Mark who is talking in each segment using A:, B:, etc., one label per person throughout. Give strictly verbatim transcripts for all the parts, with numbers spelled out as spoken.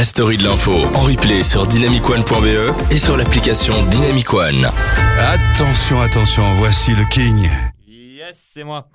A: la story de l'info en replay sur dynamic one point b e et sur l'application Dynamic One.
B: Attention, attention, voici le King.
C: Yes, c'est moi.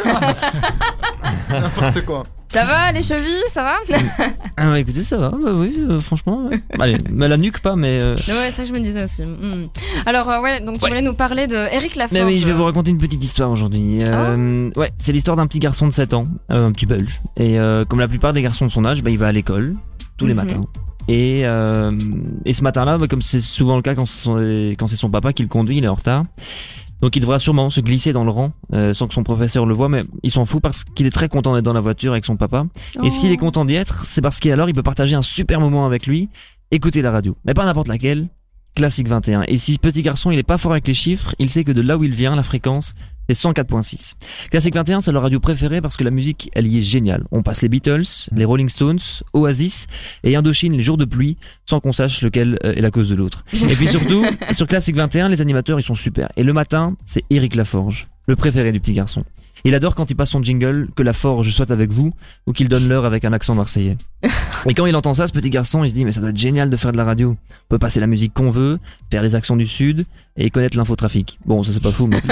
D: N'importe quoi.
E: Ça va les chevilles, ça va?
C: Ah bah écoutez, ça va, bah oui, euh, franchement. Ouais. Allez, mais la nuque pas, mais... Euh...
E: Ouais, c'est ça que je me disais aussi. Mm. Alors euh, ouais, donc tu
C: Ouais.
E: voulais nous parler de Éric Laforge.
C: Mais oui, je vais vous raconter une petite histoire aujourd'hui. Euh, ouais, c'est l'histoire d'un petit garçon de sept ans, euh, un petit belge. Et euh, comme la plupart des garçons de son âge, bah, il va à l'école tous les
E: Mhm.
C: matins. Et, euh, et ce matin-là, bah, comme c'est souvent le cas quand c'est son, quand c'est son papa qui le conduit, il est en retard. Donc il devra sûrement se glisser dans le rang euh, sans que son professeur le voie, mais il s'en fout parce qu'il est très content d'être dans la voiture avec son papa.
E: Oh.
C: Et s'il est content d'y être, c'est parce qu'alors il peut partager un super moment avec lui, écouter la radio. Mais pas n'importe laquelle, Classique vingt et un. Et si ce petit garçon il est pas fort avec les chiffres, il sait que de là où il vient, la fréquence, c'est cent quatre virgule six. Classique vingt et un, c'est leur radio préférée parce que la musique, elle y est géniale. On passe les Beatles, les Rolling Stones, Oasis et Indochine les jours de pluie sans qu'on sache lequel est la cause de l'autre. Et puis surtout, sur Classique vingt et un, les animateurs ils sont super. Et le matin, c'est Éric Laforge, le préféré du petit garçon. Il adore quand il passe son jingle que Laforge soit avec vous ou qu'il donne l'heure avec un accent marseillais. Et quand il entend ça, ce petit garçon, il se dit mais ça doit être génial de faire de la radio. On peut passer la musique qu'on veut, faire les accents du sud et connaître l'infotrafic. Bon, ça c'est pas fou, mais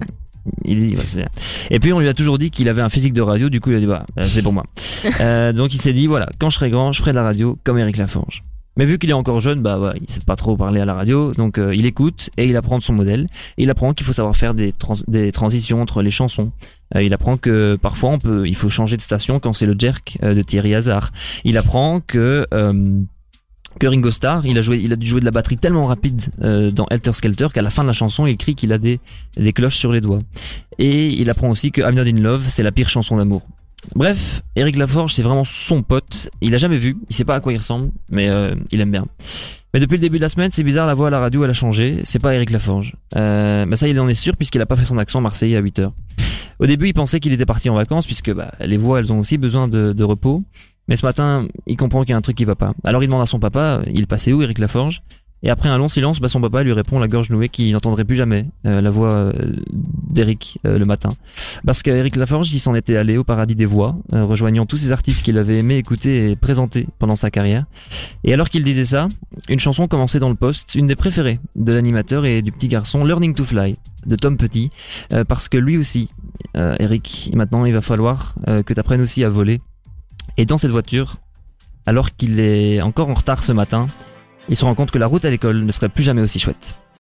C: il dit ouais, c'est bien. Et puis on lui a toujours dit qu'il avait un physique de radio, du coup il a dit bah c'est pour moi. Euh, donc il s'est dit voilà, quand je serai grand, je ferai de la radio comme Éric Laforge. Mais vu qu'il est encore jeune, bah ouais, il sait pas trop parler à la radio, donc euh, il écoute et il apprend de son modèle. Et il apprend qu'il faut savoir faire des, trans- des transitions entre les chansons. Euh, il apprend que parfois on peut, il faut changer de station quand c'est le jerk euh, de Thierry Hazard. Il apprend que euh, que Ringo Starr, il a joué, il a dû jouer de la batterie tellement rapide euh, dans Helter Skelter qu'à la fin de la chanson, il crie qu'il a des des cloches sur les doigts. Et il apprend aussi que I'm Not in Love, c'est la pire chanson d'amour. Bref, Éric Laforge, c'est vraiment son pote. Il a jamais vu, il sait pas à quoi il ressemble, mais euh, il aime bien. Mais depuis le début de la semaine, c'est bizarre, la voix à la radio, elle a changé. C'est pas Éric Laforge. Euh, bah ça, il en est sûr puisqu'il a pas fait son accent marseillais à huit heures. Au début, il pensait qu'il était parti en vacances puisque bah, les voix, elles ont aussi besoin de, de repos. Mais ce matin, il comprend qu'il y a un truc qui va pas. Alors il demande à son papa, il passait où Éric Laforge? Et après un long silence, bah son papa lui répond la gorge nouée qu'il n'entendrait plus jamais euh, la voix euh, d'Éric euh, le matin. Parce qu'Éric Laforge, il s'en était allé au paradis des voix, euh, rejoignant tous ces artistes qu'il avait aimé écouter et présenter pendant sa carrière. Et alors qu'il disait ça, une chanson commençait dans le poste, une des préférées de l'animateur et du petit garçon, Learning to Fly, de Tom Petty, euh, parce que lui aussi, euh, Éric, maintenant il va falloir euh, que tu apprennes aussi à voler. Et dans cette voiture, alors qu'il est encore en retard ce matin, il se rend compte que la route à l'école ne serait plus jamais aussi chouette.